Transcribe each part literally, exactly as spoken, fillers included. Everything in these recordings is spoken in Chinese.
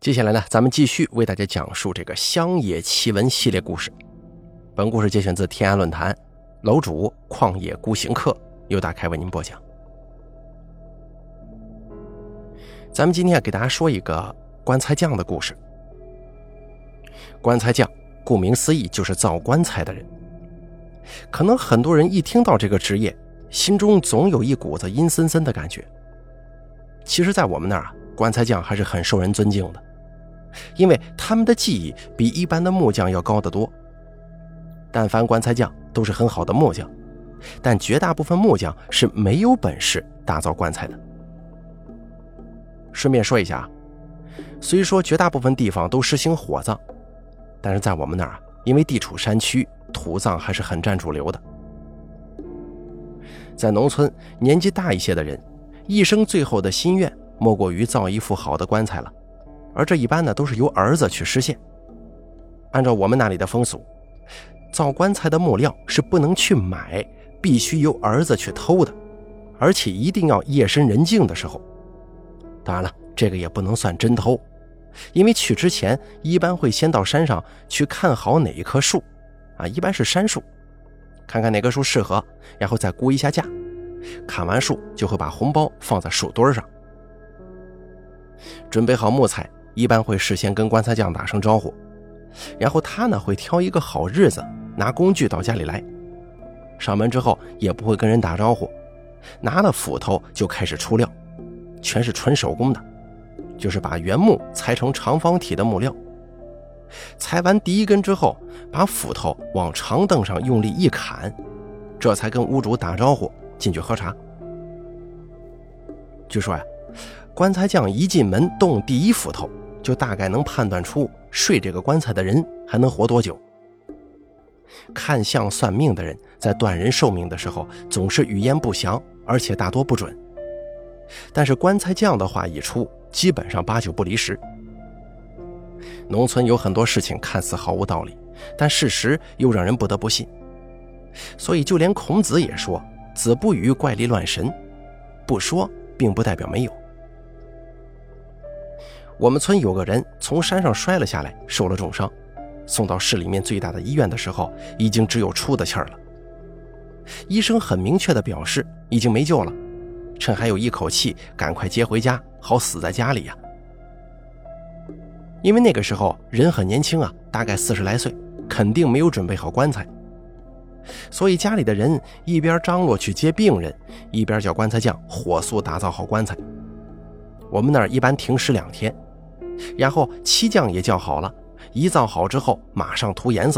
接下来呢，咱们继续为大家讲述这个乡野奇闻系列故事。本故事节选自天涯论坛，楼主旷野孤行客由大开为您播讲。咱们今天给大家说一个棺材匠的故事。棺材匠顾名思义就是造棺材的人。可能很多人一听到这个职业，心中总有一股子阴森森的感觉。其实在我们那儿啊，棺材匠还是很受人尊敬的，因为他们的技艺比一般的木匠要高得多。但凡棺材匠都是很好的木匠，但绝大部分木匠是没有本事打造棺材的。顺便说一下啊，虽说绝大部分地方都实行火葬，但是在我们那儿啊，因为地处山区，土葬还是很占主流的。在农村，年纪大一些的人一生最后的心愿莫过于造一副好的棺材了，而这一般呢都是由儿子去实现。按照我们那里的风俗，造棺材的木料是不能去买，必须由儿子去偷的，而且一定要夜深人静的时候。当然了，这个也不能算真偷，因为去之前一般会先到山上去看好哪一棵树啊，一般是杉树，看看哪棵树适合，然后再估一下价，砍完树就会把红包放在树墩上。准备好木材，一般会事先跟棺材匠打声招呼，然后他呢会挑一个好日子，拿工具到家里来。上门之后也不会跟人打招呼，拿了斧头就开始出料，全是纯手工的，就是把原木裁成长方体的木料。裁完第一根之后，把斧头往长凳上用力一砍，这才跟屋主打招呼进去喝茶。据说呀，棺材匠一进门动第一斧头，就大概能判断出睡这个棺材的人还能活多久。看相算命的人在断人寿命的时候总是语焉不详，而且大多不准，但是棺材匠的话一出，基本上八九不离十。农村有很多事情看似毫无道理，但事实又让人不得不信。所以就连孔子也说，子不语怪力乱神，不说并不代表没有。我们村有个人从山上摔了下来，受了重伤，送到市里面最大的医院的时候，已经只有出的气儿了。医生很明确地表示已经没救了，趁还有一口气赶快接回家，好死在家里呀。因为那个时候人很年轻啊，大概四十来岁，肯定没有准备好棺材，所以家里的人一边张罗去接病人，一边叫棺材匠火速打造好棺材。我们那儿一般停尸两天，然后漆匠也叫好了，一造好之后马上涂颜色。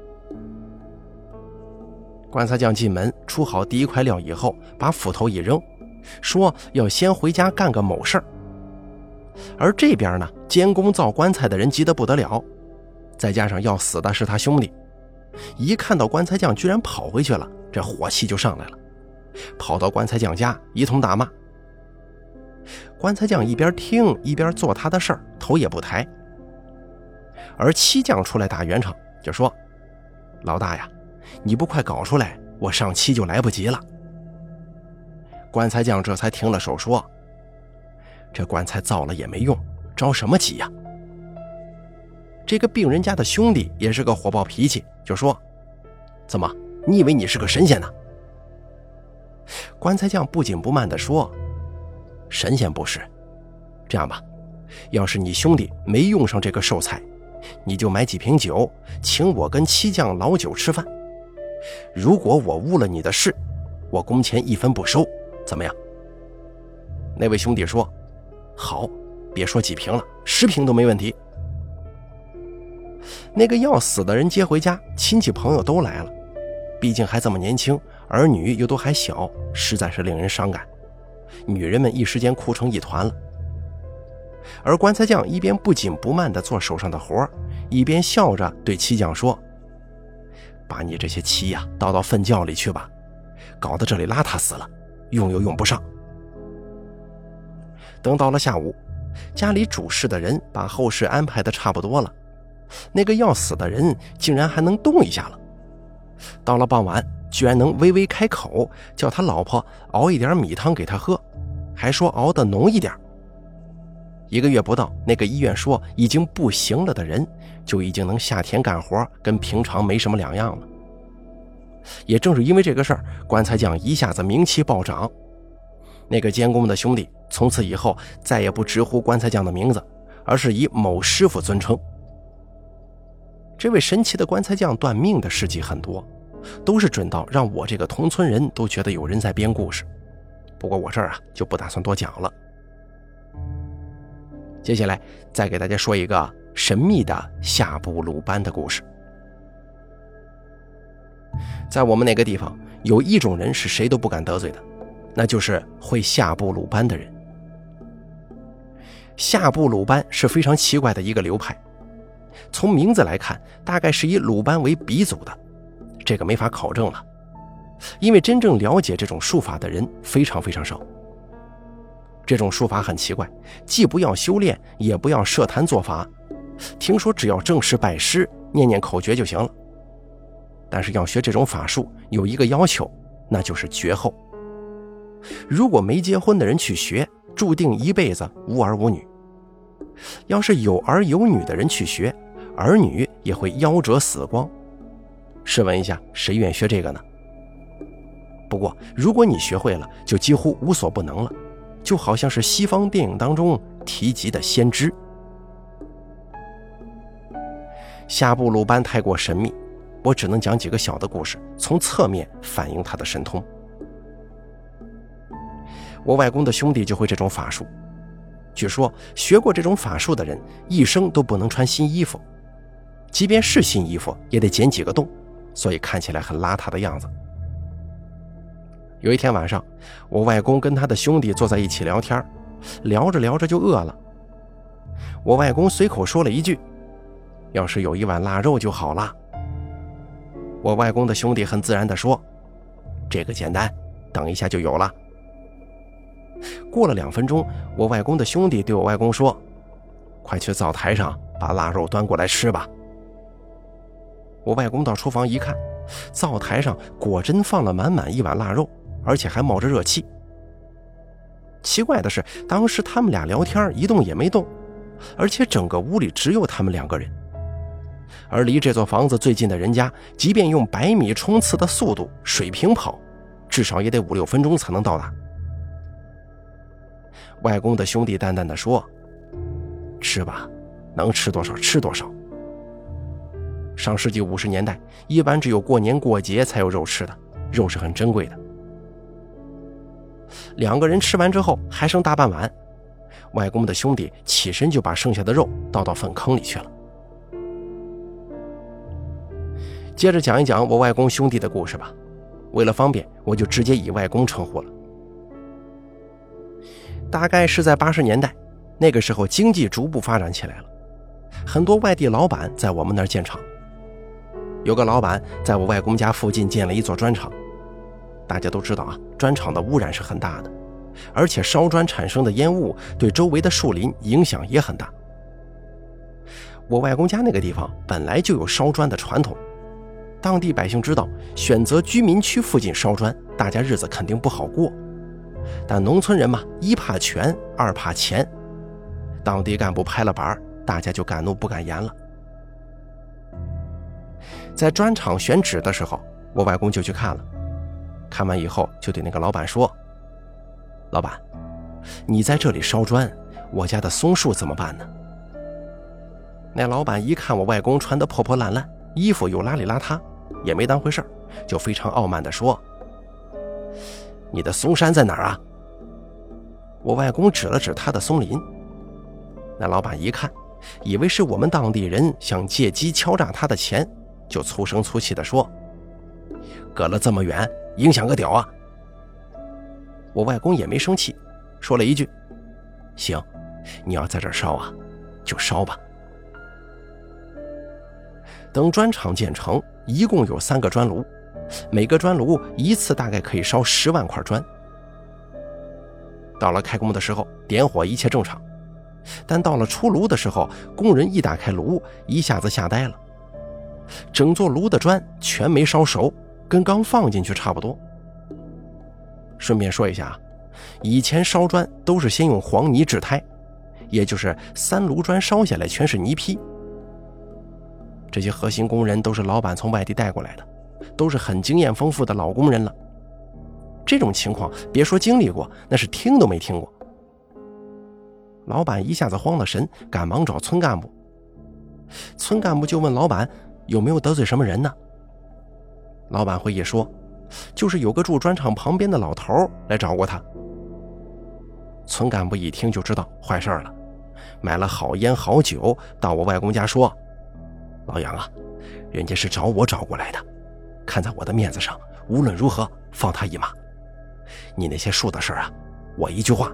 棺材匠进门出好第一块料以后，把斧头一扔，说要先回家干个某事儿。而这边呢，监工造棺材的人急得不得了，再加上要死的是他兄弟，一看到棺材匠居然跑回去了，这火气就上来了，跑到棺材匠家一通大骂。棺材匠一边听一边做他的事儿，头也不抬。而漆匠出来打圆场，就说：老大呀，你不快搞出来，我上漆就来不及了。棺材匠这才停了手，说：这棺材造了也没用，着什么急呀？这个病人家的兄弟也是个火爆脾气，就说：怎么，你以为你是个神仙呢？棺材匠不紧不慢地说：神仙不是，这样吧，要是你兄弟没用上这个寿材，你就买几瓶酒，请我跟漆匠老酒吃饭。如果我误了你的事，我工钱一分不收，怎么样？那位兄弟说：好，别说几瓶了，十瓶都没问题。那个要死的人接回家，亲戚朋友都来了，毕竟还这么年轻，儿女又都还小，实在是令人伤感。女人们一时间哭成一团了。而棺材匠一边不紧不慢地做手上的活，一边笑着对漆匠说：把你这些漆呀、啊、倒到粪窖里去吧，搞得这里邋遢死了，用又用不上。等到了下午，家里主事的人把后事安排的差不多了，那个要死的人竟然还能动一下了。到了傍晚，居然能微微开口，叫他老婆熬一点米汤给他喝，还说熬得浓一点。 一个月不到，那个医院说已经不行了的人，就已经能下田干活，跟平常没什么两样了。也正是因为这个事儿，棺材匠一下子名气暴涨。那个监工的兄弟从此以后再也不直呼棺材匠的名字，而是以某师傅尊称。这位神奇的棺材匠断命的事迹很多，都是准到让我这个同村人都觉得有人在编故事。不过我这儿啊就不打算多讲了。接下来再给大家说一个神秘的下部鲁班的故事。在我们那个地方，有一种人是谁都不敢得罪的，那就是会下部鲁班的人。下部鲁班是非常奇怪的一个流派，从名字来看，大概是以鲁班为鼻祖的，这个没法考证了，因为真正了解这种术法的人非常非常少。这种术法很奇怪，既不要修炼，也不要设坛做法，听说只要正式拜师，念念口诀就行了。但是要学这种法术有一个要求，那就是绝后。如果没结婚的人去学，注定一辈子无儿无女。要是有儿有女的人去学，儿女也会夭折死光。试问一下，谁愿学这个呢？不过如果你学会了，就几乎无所不能了，就好像是西方电影当中提及的先知。下部鲁班太过神秘，我只能讲几个小的故事，从侧面反映他的神通。我外公的兄弟就会这种法术，据说学过这种法术的人一生都不能穿新衣服，即便是新衣服也得剪几个洞，所以看起来很邋遢的样子。有一天晚上，我外公跟他的兄弟坐在一起聊天，聊着聊着就饿了。我外公随口说了一句：“要是有一碗腊肉就好了。”我外公的兄弟很自然地说：“这个简单，等一下就有了。”过了两分钟，我外公的兄弟对我外公说：“快去灶台上把腊肉端过来吃吧。”我外公到厨房一看，灶台上果真放了满满一碗腊肉，而且还冒着热气。奇怪的是，当时他们俩聊天一动也没动，而且整个屋里只有他们两个人。而离这座房子最近的人家，即便用百米冲刺的速度水平跑，至少也得五六分钟才能到达。外公的兄弟淡淡地说：“吃吧，能吃多少吃多少。”上世纪五十年代，一般只有过年过节才有肉吃的，肉是很珍贵的。两个人吃完之后还剩大半碗，外公的兄弟起身就把剩下的肉倒到粪坑里去了。接着讲一讲我外公兄弟的故事吧，为了方便，我就直接以外公称呼了。大概是在八十年代，那个时候经济逐步发展起来了，很多外地老板在我们那儿建厂。有个老板在我外公家附近建了一座砖厂。大家都知道啊，砖厂的污染是很大的，而且烧砖产生的烟雾对周围的树林影响也很大。我外公家那个地方本来就有烧砖的传统，当地百姓知道选择居民区附近烧砖，大家日子肯定不好过。但农村人嘛，一怕权，二怕钱，当地干部拍了板，大家就敢怒不敢言了。在砖厂选址的时候，我外公就去看了，看完以后就对那个老板说：“老板，你在这里烧砖，我家的松树怎么办呢？”那老板一看我外公穿得破破烂烂，衣服又邋里邋遢，也没当回事，就非常傲慢地说：“你的松山在哪儿啊？”我外公指了指他的松林。那老板一看，以为是我们当地人想借机敲诈他的钱，就粗声粗气地说：“隔了这么远，影响个屌啊！”我外公也没生气，说了一句：“行，你要在这儿烧啊，就烧吧。”等砖厂建成，一共有三个砖炉，每个砖炉一次大概可以烧十万块砖。到了开工的时候，点火一切正常，但到了出炉的时候，工人一打开炉，一下子吓呆了，整座炉的砖全没烧熟，跟刚放进去差不多。顺便说一下，以前烧砖都是先用黄泥制胎， 也就是三炉砖烧下来全是泥坯。这些核心工人都是老板从外地带过来的，都是很经验丰富的老工人了。这种情况别说经历过，那是听都没听过。老板一下子慌了神，赶忙找村干部。村干部就问老板有没有得罪什么人呢？老板回忆说，就是有个住砖厂旁边的老头来找过他。村干部一听就知道坏事了，买了好烟好酒到我外公家说，老杨啊，人家是找我找过来的，看在我的面子上，无论如何放他一马。你那些树的事啊，我一句话。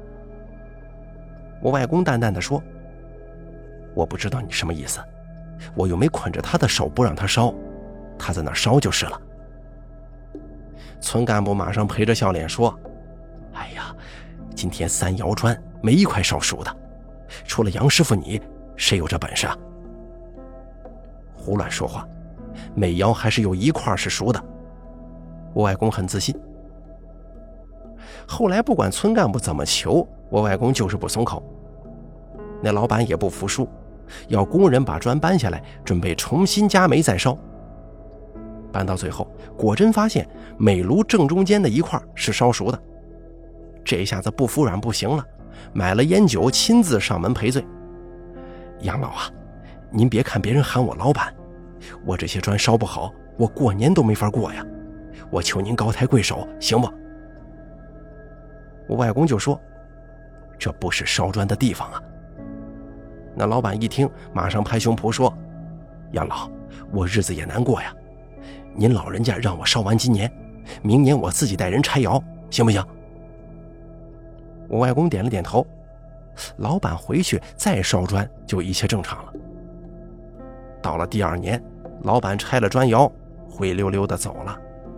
我外公淡淡地说，我不知道你什么意思，我又没捆着他的手不让他烧，他在那烧就是了。村干部马上陪着笑脸说，哎呀，今天三窑砖没一块烧熟的，除了杨师傅你，谁有这本事啊？胡乱说话，每窑还是有一块是熟的。我外公很自信。后来不管村干部怎么求，我外公就是不松口。那老板也不服输，要工人把砖搬下来，准备重新加煤再烧。搬到最后，果真发现煤炉正中间的一块是烧熟的。这一下子不服软不行了，买了烟酒亲自上门赔罪。杨老啊，您别看别人喊我老板，我这些砖烧不好，我过年都没法过呀，我求您高抬贵手行不？我外公就说，这不是烧砖的地方啊。那老板一听马上拍胸脯说，杨老，我日子也难过呀，您老人家让我烧完今年，明年我自己带人拆窑行不行？我外公点了点头，老板回去再烧砖就一切正常了。到了第二年，老板拆了砖窑，灰溜溜的走了。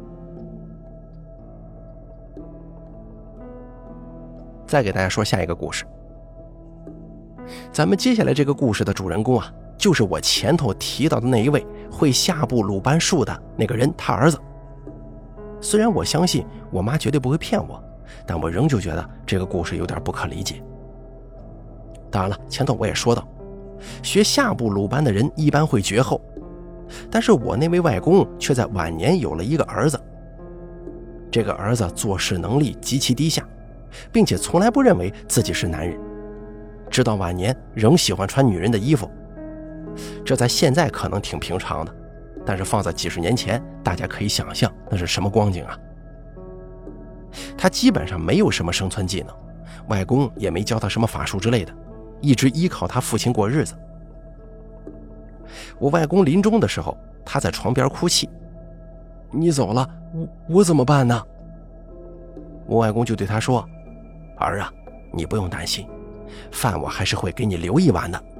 再给大家说下一个故事。咱们接下来这个故事的主人公啊，就是我前头提到的那一位会下部鲁班术的那个人，他儿子。虽然我相信我妈绝对不会骗我，但我仍旧觉得这个故事有点不可理解。当然了，前头我也说到，学下部鲁班的人一般会绝后，但是我那位外公却在晚年有了一个儿子。这个儿子做事能力极其低下，并且从来不认为自己是男人，直到晚年仍喜欢穿女人的衣服。这在现在可能挺平常的，但是放在几十年前，大家可以想象那是什么光景啊。他基本上没有什么生存技能，外公也没教他什么法术之类的，一直依靠他父亲过日子。我外公临终的时候，他在床边哭泣，你走了，我我怎么办呢？我外公就对他说，儿啊，你不用担心，饭我还是会给你留一碗的。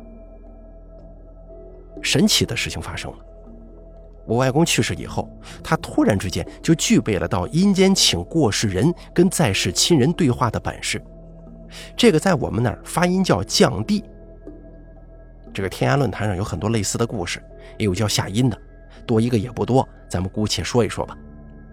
神奇的事情发生了，我外公去世以后，他突然之间就具备了到阴间请过世人跟在世亲人对话的本事。这个在我们那儿发音叫降地。这个天涯论坛上有很多类似的故事，也有叫下阴的，多一个也不多，咱们姑且说一说吧。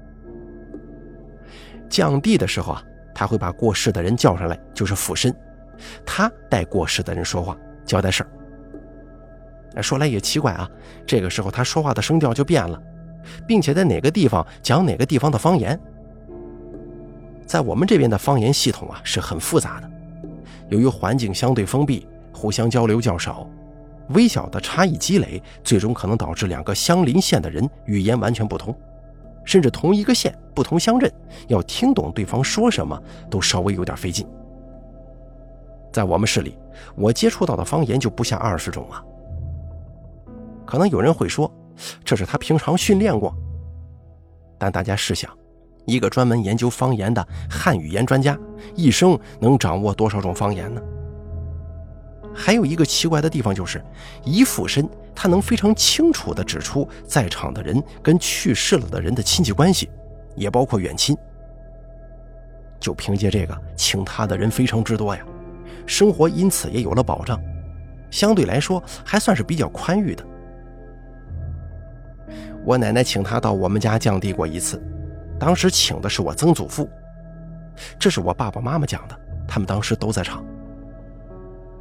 降地的时候啊，他会把过世的人叫上来，就是附身，他带过世的人说话，交代事儿。说来也奇怪啊，这个时候他说话的声调就变了，并且在哪个地方讲哪个地方的方言。在我们这边的方言系统啊是很复杂的，由于环境相对封闭，互相交流较少，微小的差异积累，最终可能导致两个相邻县的人语言完全不同，甚至同一个县不同乡镇，要听懂对方说什么都稍微有点费劲。在我们市里，我接触到的方言就不下二十种啊。可能有人会说，这是他平常训练过，但大家试想，一个专门研究方言的汉语言专家，一生能掌握多少种方言呢？还有一个奇怪的地方就是，一附身他能非常清楚地指出在场的人跟去世了的人的亲戚关系，也包括远亲。就凭借这个，请他的人非常之多呀，生活因此也有了保障，相对来说还算是比较宽裕的。我奶奶请他到我们家降地过一次，当时请的是我曾祖父，这是我爸爸妈妈讲的，他们当时都在场。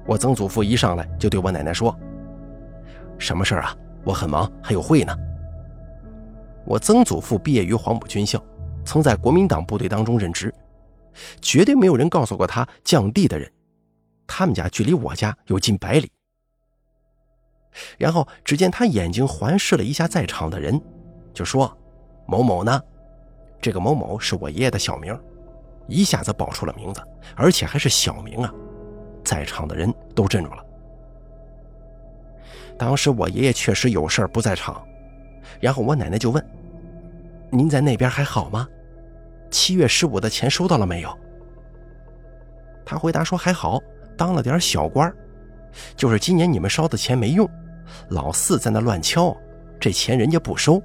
我曾祖父一上来就对我奶奶说：“什么事儿啊？我很忙，还有会呢。”我曾祖父毕业于黄埔军校，曾在国民党部队当中任职，绝对没有人告诉过他降地的人。他们家距离我家有近百里。然后只见他眼睛环视了一下在场的人，就说：“某某呢？”这个某某是我爷爷的小名，一下子报出了名字，而且还是小名啊！在场的人都震住了。当时我爷爷确实有事不在场，然后我奶奶就问：“您在那边还好吗？七月十五的钱收到了没有？”他回答说：“还好，当了点小官，就是今年你们烧的钱没用，老四在那乱敲，这钱人家不收。”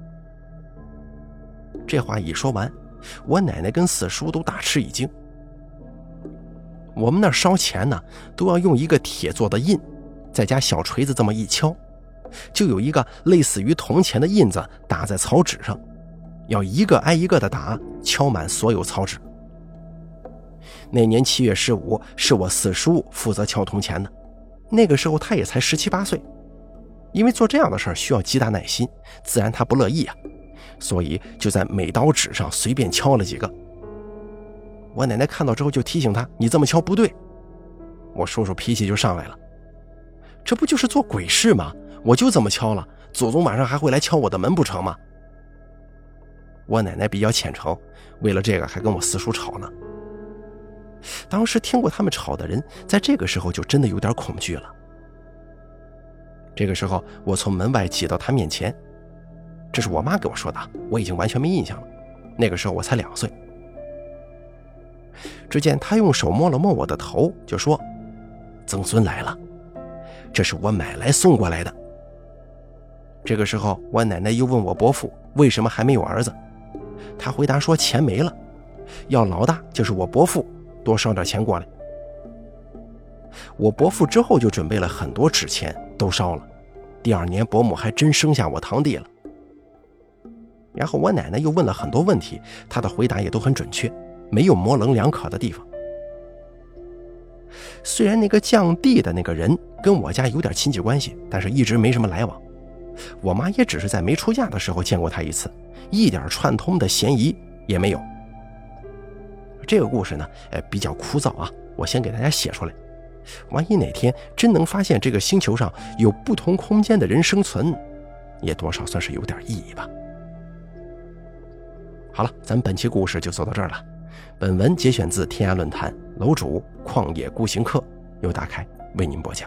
这话一说完，我奶奶跟四叔都大吃一惊。我们那儿烧钱呢，都要用一个铁做的印，再加小锤子这么一敲，就有一个类似于铜钱的印子打在草纸上，要一个挨一个的打，敲满所有草纸。那年七月十五是我四叔负责敲铜钱的，那个时候他也才十七八岁，因为做这样的事儿需要极大耐心，自然他不乐意啊，所以就在每刀纸上随便敲了几个。我奶奶看到之后就提醒他：“你这么敲不对。”我叔叔脾气就上来了：“这不就是做鬼事吗？我就这么敲了，祖宗晚上还会来敲我的门不成吗？”我奶奶比较虔诚，为了这个还跟我四叔吵呢。当时听过他们吵的人，在这个时候就真的有点恐惧了。这个时候，我从门外挤到他面前，这是我妈给我说的，我已经完全没印象了。那个时候我才两岁。只见他用手摸了摸我的头，就说：“曾孙来了，这是我买来送过来的。”这个时候，我奶奶又问我伯父为什么还没有儿子，他回答说钱没了，要老大就是我伯父多烧点钱过来。我伯父之后就准备了很多纸钱，都烧了。第二年伯母还真生下我堂弟了。然后我奶奶又问了很多问题，她的回答也都很准确，没有模棱两可的地方。虽然那个降地的那个人跟我家有点亲戚关系，但是一直没什么来往。我妈也只是在没出嫁的时候见过他一次，一点串通的嫌疑也没有。这个故事呢，呃，比较枯燥啊，我先给大家写出来。万一哪天真能发现这个星球上有不同空间的人生存，也多少算是有点意义吧。好了，咱本期故事就做到这儿了。本文节选自天涯论坛，楼主旷野孤行客由大开为您播讲。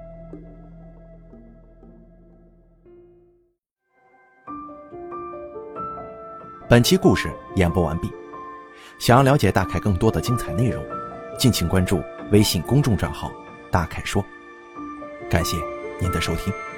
本期故事演播完毕。想要了解大凯更多的精彩内容，敬请关注微信公众账号大凯说。感谢您的收听。